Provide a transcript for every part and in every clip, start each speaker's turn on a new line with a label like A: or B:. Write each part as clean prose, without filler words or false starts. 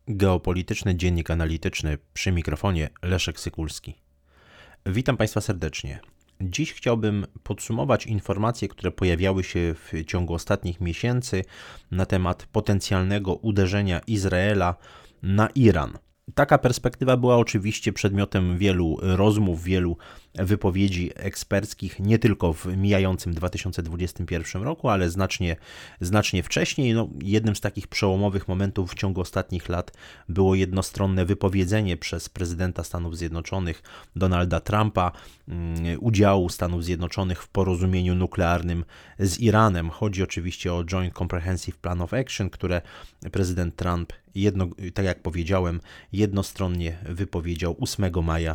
A: Geopolityczny Dziennik Analityczny, przy mikrofonie Leszek Sykulski. Witam Państwa serdecznie. Dziś chciałbym podsumować informacje, które pojawiały się w ciągu ostatnich miesięcy na temat potencjalnego uderzenia Izraela na Iran. Taka perspektywa była oczywiście przedmiotem wielu rozmów, wielu wypowiedzi eksperckich, nie tylko w mijającym 2021 roku, ale znacznie wcześniej. Jednym z takich przełomowych momentów w ciągu ostatnich lat było jednostronne wypowiedzenie przez prezydenta Stanów Zjednoczonych Donalda Trumpa udziału Stanów Zjednoczonych w porozumieniu nuklearnym z Iranem. Chodzi oczywiście o Joint Comprehensive Plan of Action, które prezydent Trump, tak jak powiedziałem, jednostronnie wypowiedział 8 maja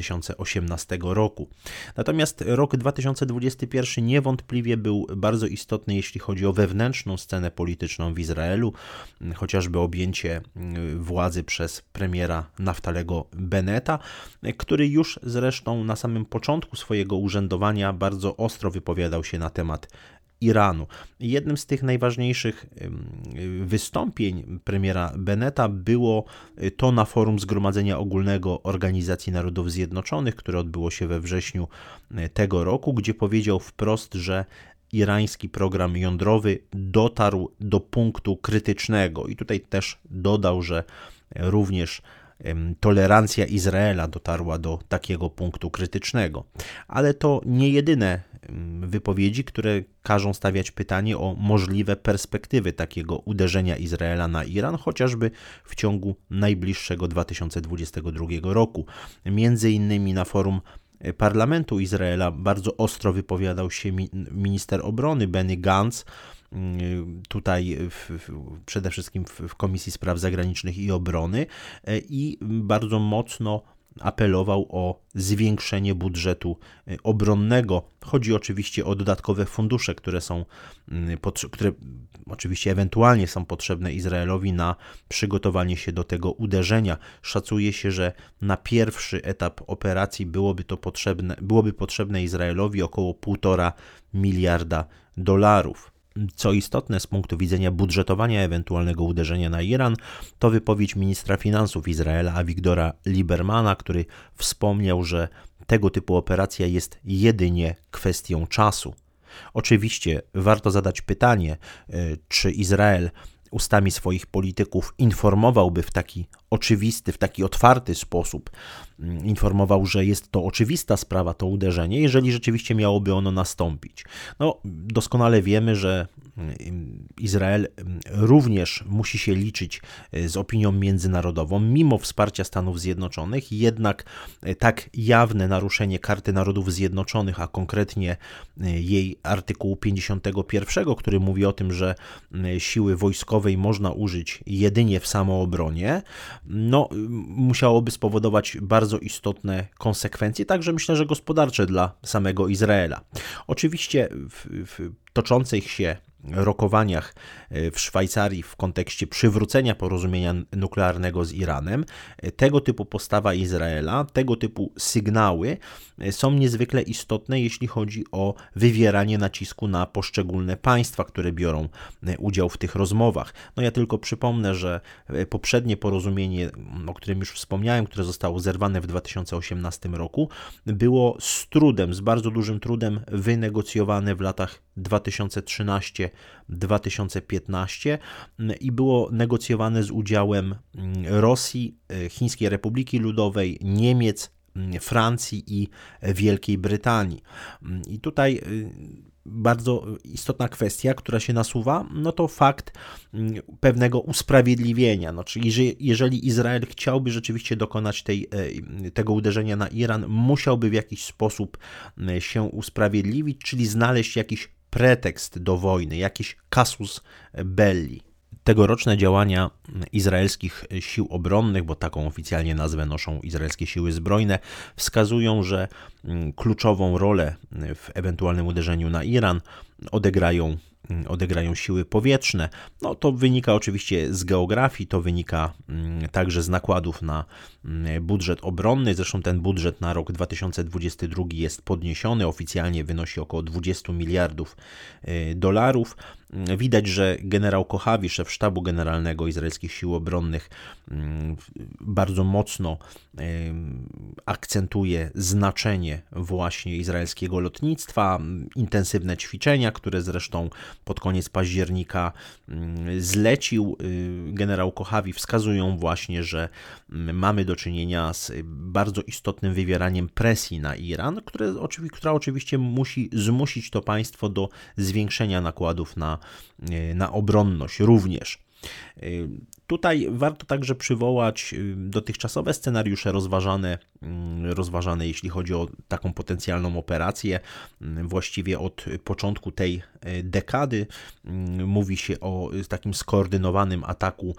A: 2018 roku. Natomiast rok 2021 niewątpliwie był bardzo istotny, jeśli chodzi o wewnętrzną scenę polityczną w Izraelu, chociażby objęcie władzy przez premiera Naftalego Benneta, który już zresztą na samym początku swojego urzędowania bardzo ostro wypowiadał się na temat Iranu. Jednym z tych najważniejszych wystąpień premiera Benneta było to na forum Zgromadzenia Ogólnego Organizacji Narodów Zjednoczonych, które odbyło się we wrześniu tego roku, gdzie powiedział wprost, że irański program jądrowy dotarł do punktu krytycznego. I tutaj też dodał, że również tolerancja Izraela dotarła do takiego punktu krytycznego. Ale to nie jedyne wypowiedzi, które każą stawiać pytanie o możliwe perspektywy takiego uderzenia Izraela na Iran, chociażby w ciągu najbliższego 2022 roku. Między innymi na forum Parlamentu Izraela bardzo ostro wypowiadał się minister obrony Benny Gantz, tutaj przede wszystkim w Komisji Spraw Zagranicznych i Obrony, i bardzo mocno apelował o zwiększenie budżetu obronnego. Chodzi oczywiście o dodatkowe fundusze, które oczywiście ewentualnie są potrzebne Izraelowi na przygotowanie się do tego uderzenia. Szacuje się, że na pierwszy etap operacji byłoby potrzebne Izraelowi około 1,5 miliarda dolarów. Co istotne z punktu widzenia budżetowania ewentualnego uderzenia na Iran, to wypowiedź ministra finansów Izraela Avigdora Liebermana, który wspomniał, że tego typu operacja jest jedynie kwestią czasu. Oczywiście warto zadać pytanie, czy Izrael ustami swoich polityków informowałby w taki oczywisty, w taki otwarty sposób, informował, że jest to oczywista sprawa, to uderzenie, jeżeli rzeczywiście miałoby ono nastąpić. Doskonale wiemy, że Izrael również musi się liczyć z opinią międzynarodową, mimo wsparcia Stanów Zjednoczonych, jednak tak jawne naruszenie Karty Narodów Zjednoczonych, a konkretnie jej artykułu 51, który mówi o tym, że siły wojskowej można użyć jedynie w samoobronie, musiałoby spowodować bardzo istotne konsekwencje, także myślę, że gospodarcze dla samego Izraela. Oczywiście w toczących się rokowaniach w Szwajcarii w kontekście przywrócenia porozumienia nuklearnego z Iranem, tego typu postawa Izraela, tego typu sygnały są niezwykle istotne, jeśli chodzi o wywieranie nacisku na poszczególne państwa, które biorą udział w tych rozmowach. Ja tylko przypomnę, że poprzednie porozumienie, o którym już wspomniałem, które zostało zerwane w 2018 roku, było z bardzo dużym trudem wynegocjowane w latach 2013-2015 i było negocjowane z udziałem Rosji, Chińskiej Republiki Ludowej, Niemiec, Francji i Wielkiej Brytanii. I tutaj bardzo istotna kwestia, która się nasuwa, to fakt pewnego usprawiedliwienia. Czyli jeżeli Izrael chciałby rzeczywiście dokonać tego uderzenia na Iran, musiałby w jakiś sposób się usprawiedliwić, czyli znaleźć jakiś pretekst do wojny, jakiś casus belli. Tegoroczne działania izraelskich sił obronnych, bo taką oficjalnie nazwę noszą izraelskie siły zbrojne, wskazują, że kluczową rolę w ewentualnym uderzeniu na Iran odegrają siły powietrzne. To wynika oczywiście z geografii, to wynika także z nakładów na budżet obronny. Zresztą ten budżet na rok 2022 jest podniesiony, oficjalnie wynosi około 20 miliardów dolarów. Widać, że generał Kochawi, szef sztabu generalnego izraelskich sił obronnych, bardzo mocno akcentuje znaczenie właśnie izraelskiego lotnictwa, intensywne ćwiczenia, które zresztą pod koniec października zlecił generał Kochawi, wskazują właśnie, że mamy do czynienia z bardzo istotnym wywieraniem presji na Iran, która oczywiście musi zmusić to państwo do zwiększenia nakładów na obronność również. Tutaj warto także przywołać dotychczasowe scenariusze rozważane jeśli chodzi o taką potencjalną operację. Właściwie od początku tej dekady mówi się o takim skoordynowanym ataku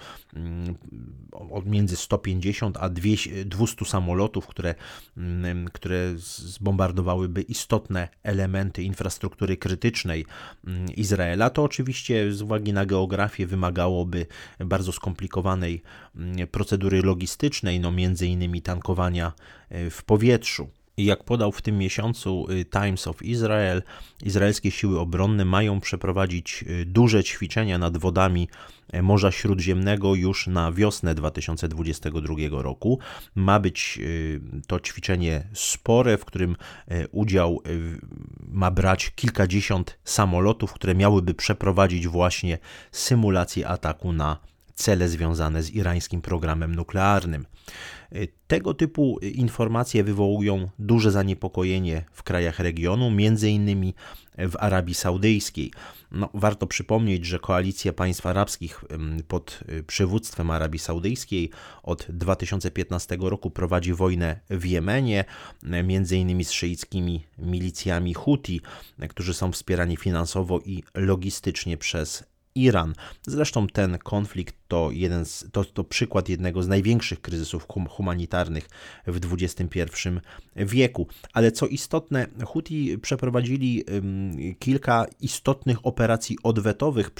A: między 150 a 200 samolotów, które zbombardowałyby istotne elementy infrastruktury krytycznej Izraela. To oczywiście z uwagi na geografię wymagałoby bardzo skomplikowanej procedury logistycznej, między innymi tankowania w powietrzu. I jak podał w tym miesiącu Times of Israel, izraelskie siły obronne mają przeprowadzić duże ćwiczenia nad wodami Morza Śródziemnego już na wiosnę 2022 roku. Ma być to ćwiczenie spore, w którym udział ma brać kilkadziesiąt samolotów, które miałyby przeprowadzić właśnie symulację ataku na cele związane z irańskim programem nuklearnym. Tego typu informacje wywołują duże zaniepokojenie w krajach regionu, między innymi w Arabii Saudyjskiej. Warto przypomnieć, że koalicja państw arabskich pod przywództwem Arabii Saudyjskiej od 2015 roku prowadzi wojnę w Jemenie, między innymi z szyickimi milicjami Huti, którzy są wspierani finansowo i logistycznie przez Iran. Zresztą ten konflikt to przykład jednego z największych kryzysów humanitarnych w XXI wieku. Ale co istotne, Huti przeprowadzili kilka istotnych operacji odwetowych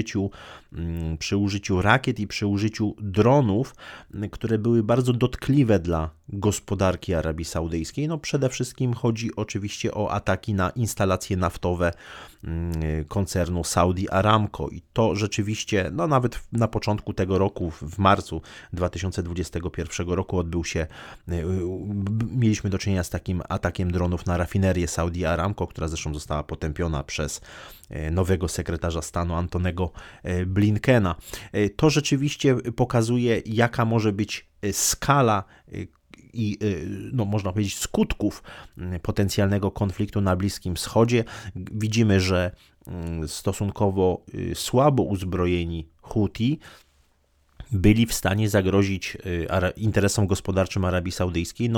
A: przy użyciu rakiet i przy użyciu dronów, które były bardzo dotkliwe dla gospodarki Arabii Saudyjskiej. Przede wszystkim chodzi oczywiście o ataki na instalacje naftowe koncernu Saudi Aramco i to rzeczywiście, nawet na początku tego roku, w marcu 2021 roku mieliśmy do czynienia z takim atakiem dronów na rafinerię Saudi Aramco, która zresztą została potępiona przez nowego sekretarza stanu Antonego Blinkena. To rzeczywiście pokazuje, jaka może być skala i można powiedzieć skutków potencjalnego konfliktu na Bliskim Wschodzie. Widzimy, że stosunkowo słabo uzbrojeni Huti byli w stanie zagrozić interesom gospodarczym Arabii Saudyjskiej.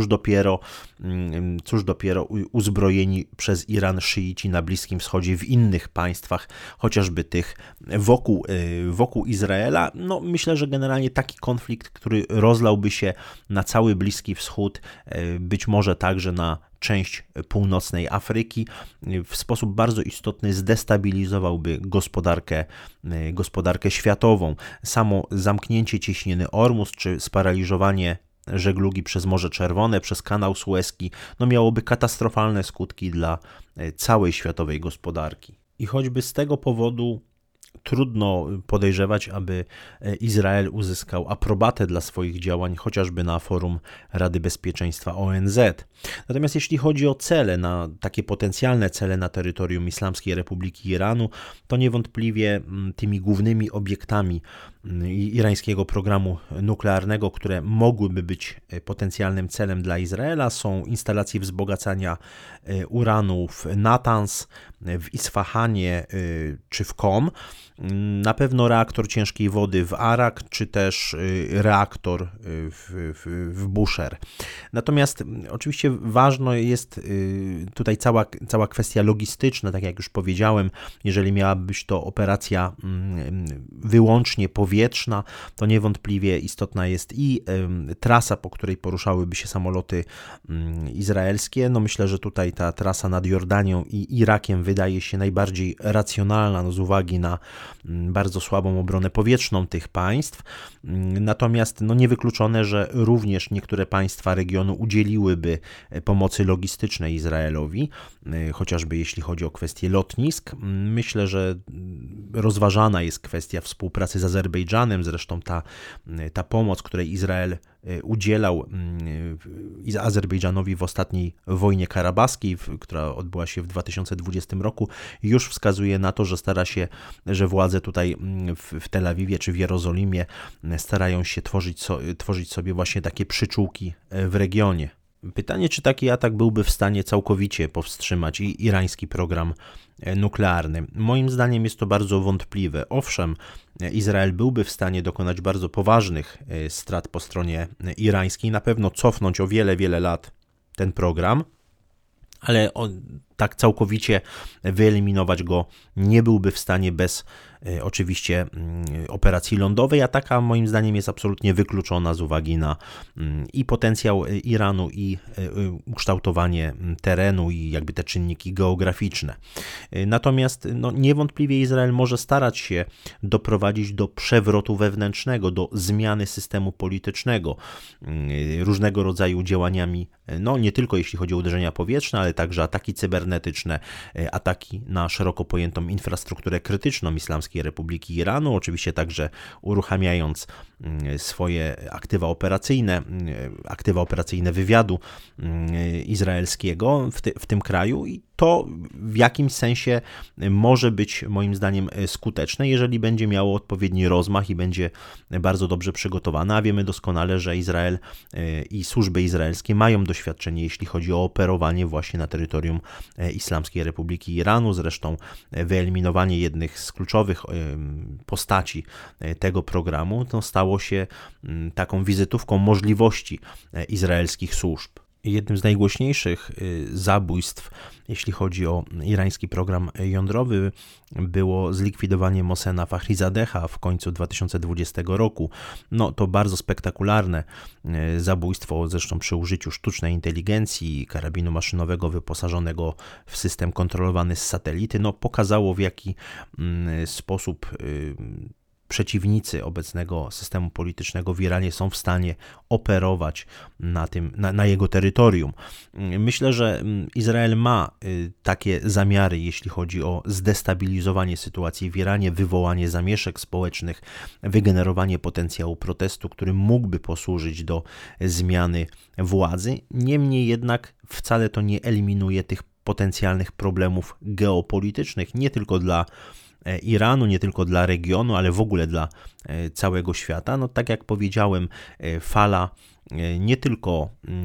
A: Cóż dopiero uzbrojeni przez Iran szyici na Bliskim Wschodzie w innych państwach, chociażby tych wokół Izraela. Myślę, że generalnie taki konflikt, który rozlałby się na cały Bliski Wschód, być może także na część północnej Afryki, w sposób bardzo istotny zdestabilizowałby gospodarkę światową. Samo zamknięcie cieśniny Ormus czy sparaliżowanie żeglugi przez Morze Czerwone, przez kanał Sueski, miałoby katastrofalne skutki dla całej światowej gospodarki. I choćby z tego powodu trudno podejrzewać, aby Izrael uzyskał aprobatę dla swoich działań, chociażby na forum Rady Bezpieczeństwa ONZ. Natomiast jeśli chodzi o takie potencjalne cele na terytorium Islamskiej Republiki Iranu, to niewątpliwie tymi głównymi obiektami irańskiego programu nuklearnego, które mogłyby być potencjalnym celem dla Izraela, są instalacje wzbogacania uranu w Natanz, w Isfahanie czy w Qom. Na pewno reaktor ciężkiej wody w Arak, czy też reaktor w Bushehr. Natomiast oczywiście ważna jest tutaj cała kwestia logistyczna, tak jak już powiedziałem, jeżeli miałaby być to operacja wyłącznie po powietrzna, to niewątpliwie istotna jest i trasa, po której poruszałyby się samoloty izraelskie. No myślę, że tutaj ta trasa nad Jordanią i Irakiem wydaje się najbardziej racjonalna, z uwagi na bardzo słabą obronę powietrzną tych państw. Natomiast niewykluczone, że również niektóre państwa regionu udzieliłyby pomocy logistycznej Izraelowi, chociażby jeśli chodzi o kwestię lotnisk. Myślę, że rozważana jest kwestia współpracy z Azerbejdżanem, zresztą ta pomoc, której Izrael udzielał Azerbejdżanowi w ostatniej wojnie karabaskiej, która odbyła się w 2020 roku, już wskazuje na to, że że władze tutaj w Tel Awiwie czy w Jerozolimie starają się tworzyć sobie właśnie takie przyczółki w regionie. Pytanie, czy taki atak byłby w stanie całkowicie powstrzymać irański program nuklearny. Moim zdaniem jest to bardzo wątpliwe. Owszem, Izrael byłby w stanie dokonać bardzo poważnych strat po stronie irańskiej, na pewno cofnąć o wiele, wiele lat ten program, ale tak całkowicie wyeliminować go nie byłby w stanie bez oczywiście operacji lądowej, a taka moim zdaniem jest absolutnie wykluczona z uwagi na i potencjał Iranu, i ukształtowanie terenu, i jakby te czynniki geograficzne. Natomiast niewątpliwie Izrael może starać się doprowadzić do przewrotu wewnętrznego, do zmiany systemu politycznego, różnego rodzaju działaniami, nie tylko jeśli chodzi o uderzenia powietrzne, ale także ataki cybernetyczne, ataki na szeroko pojętą infrastrukturę krytyczną Islamskiej Republiki Iranu, oczywiście także uruchamiając swoje aktywa operacyjne wywiadu izraelskiego w tym kraju, i to w jakimś sensie może być moim zdaniem skuteczne, jeżeli będzie miało odpowiedni rozmach i będzie bardzo dobrze przygotowane, a wiemy doskonale, że Izrael i służby izraelskie mają doświadczenie, jeśli chodzi o operowanie właśnie na terytorium Islamskiej Republiki Iranu. Zresztą wyeliminowanie jednych z kluczowych postaci tego programu stało się taką wizytówką możliwości izraelskich służb. Jednym z najgłośniejszych zabójstw, jeśli chodzi o irański program jądrowy, było zlikwidowanie Mohsena Fakhrizadeha w końcu 2020 roku. To bardzo spektakularne zabójstwo, zresztą przy użyciu sztucznej inteligencji, karabinu maszynowego wyposażonego w system kontrolowany z satelity, pokazało, w jaki sposób przeciwnicy obecnego systemu politycznego w Iranie są w stanie operować na jego terytorium. Myślę, że Izrael ma takie zamiary, jeśli chodzi o zdestabilizowanie sytuacji w Iranie, wywołanie zamieszek społecznych, wygenerowanie potencjału protestu, który mógłby posłużyć do zmiany władzy. Niemniej jednak wcale to nie eliminuje tych potencjalnych problemów geopolitycznych, nie tylko dla Iranu, nie tylko dla regionu, ale w ogóle dla całego świata. Tak jak powiedziałem, fala nie tylko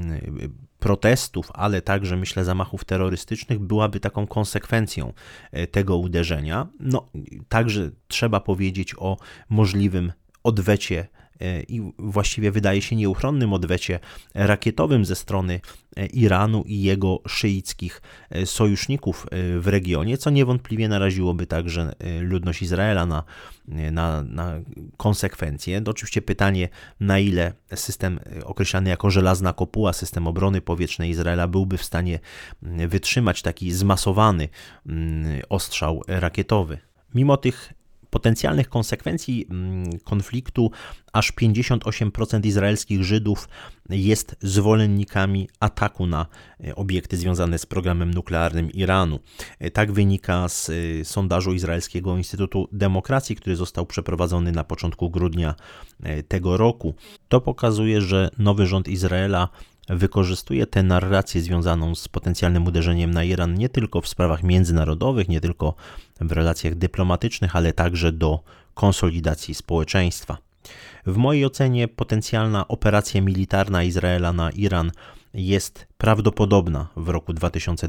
A: protestów, ale także, myślę, zamachów terrorystycznych byłaby taką konsekwencją tego uderzenia. Także trzeba powiedzieć o możliwym odwecie i właściwie wydaje się nieuchronnym odwecie rakietowym ze strony Iranu i jego szyickich sojuszników w regionie, co niewątpliwie naraziłoby także ludność Izraela na konsekwencje. To oczywiście pytanie, na ile system określany jako żelazna kopuła, system obrony powietrznej Izraela byłby w stanie wytrzymać taki zmasowany ostrzał rakietowy. Mimo tych potencjalnych konsekwencji konfliktu aż 58% izraelskich Żydów jest zwolennikami ataku na obiekty związane z programem nuklearnym Iranu. Tak wynika z sondażu Izraelskiego Instytutu Demokracji, który został przeprowadzony na początku grudnia tego roku. To pokazuje, że nowy rząd Izraela wykorzystuje tę narrację związaną z potencjalnym uderzeniem na Iran nie tylko w sprawach międzynarodowych, nie tylko w relacjach dyplomatycznych, ale także do konsolidacji społeczeństwa. W mojej ocenie potencjalna operacja militarna Izraela na Iran jest prawdopodobna w roku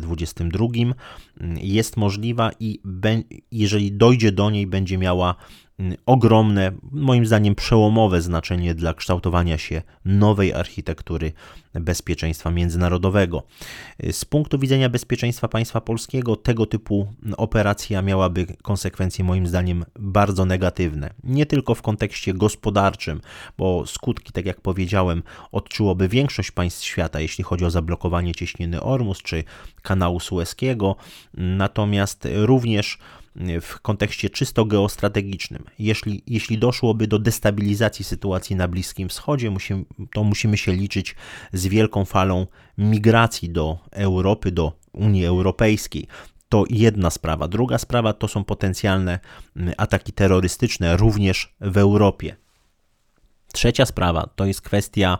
A: 2022, jest możliwa i jeżeli dojdzie do niej, będzie miała ogromne, moim zdaniem przełomowe znaczenie dla kształtowania się nowej architektury bezpieczeństwa międzynarodowego. Z punktu widzenia bezpieczeństwa państwa polskiego tego typu operacja miałaby konsekwencje moim zdaniem bardzo negatywne. Nie tylko w kontekście gospodarczym, bo skutki, tak jak powiedziałem, odczułoby większość państw świata, jeśli chodzi o zablokowanie cieśniny Ormus czy kanału Sueskiego, natomiast również w kontekście czysto geostrategicznym. Jeśli doszłoby do destabilizacji sytuacji na Bliskim Wschodzie, to musimy się liczyć z wielką falą migracji do Europy, do Unii Europejskiej. To jedna sprawa. Druga sprawa to są potencjalne ataki terrorystyczne również w Europie. Trzecia sprawa to jest kwestia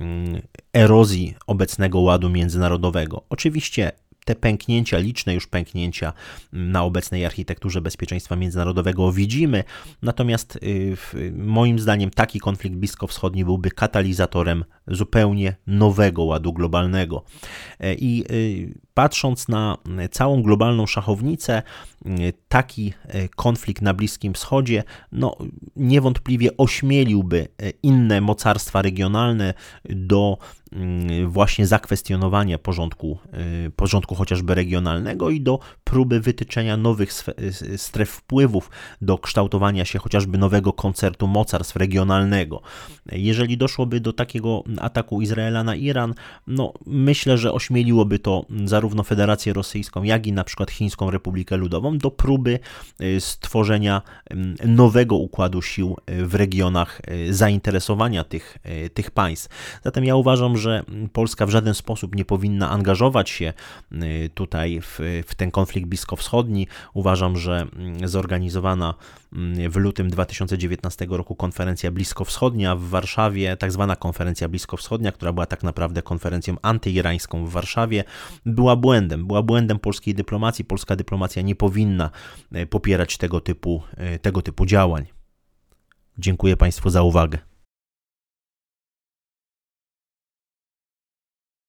A: erozji obecnego ładu międzynarodowego. Oczywiście te pęknięcia, liczne już pęknięcia na obecnej architekturze bezpieczeństwa międzynarodowego widzimy, natomiast moim zdaniem taki konflikt bliskowschodni byłby katalizatorem zupełnie nowego ładu globalnego. I patrząc na całą globalną szachownicę, taki konflikt na Bliskim Wschodzie niewątpliwie ośmieliłby inne mocarstwa regionalne do właśnie zakwestionowania porządku chociażby regionalnego i do próby wytyczenia nowych stref wpływów, do kształtowania się chociażby nowego koncertu mocarstw regionalnego. Jeżeli doszłoby do takiego ataku Izraela na Iran, myślę, że ośmieliłoby to zarówno Federację Rosyjską, jak i na przykład Chińską Republikę Ludową do próby stworzenia nowego układu sił w regionach zainteresowania tych państw. Zatem ja uważam, że Polska w żaden sposób nie powinna angażować się tutaj w ten konflikt bliskowschodni. Uważam, że zorganizowana w lutym 2019 roku konferencja bliskowschodnia w Warszawie, tak zwana konferencja bliskowschodnia, która była tak naprawdę konferencją antyirańską w Warszawie, była błędem polskiej dyplomacji. Polska dyplomacja nie powinna popierać tego typu działań. Dziękuję Państwu za uwagę.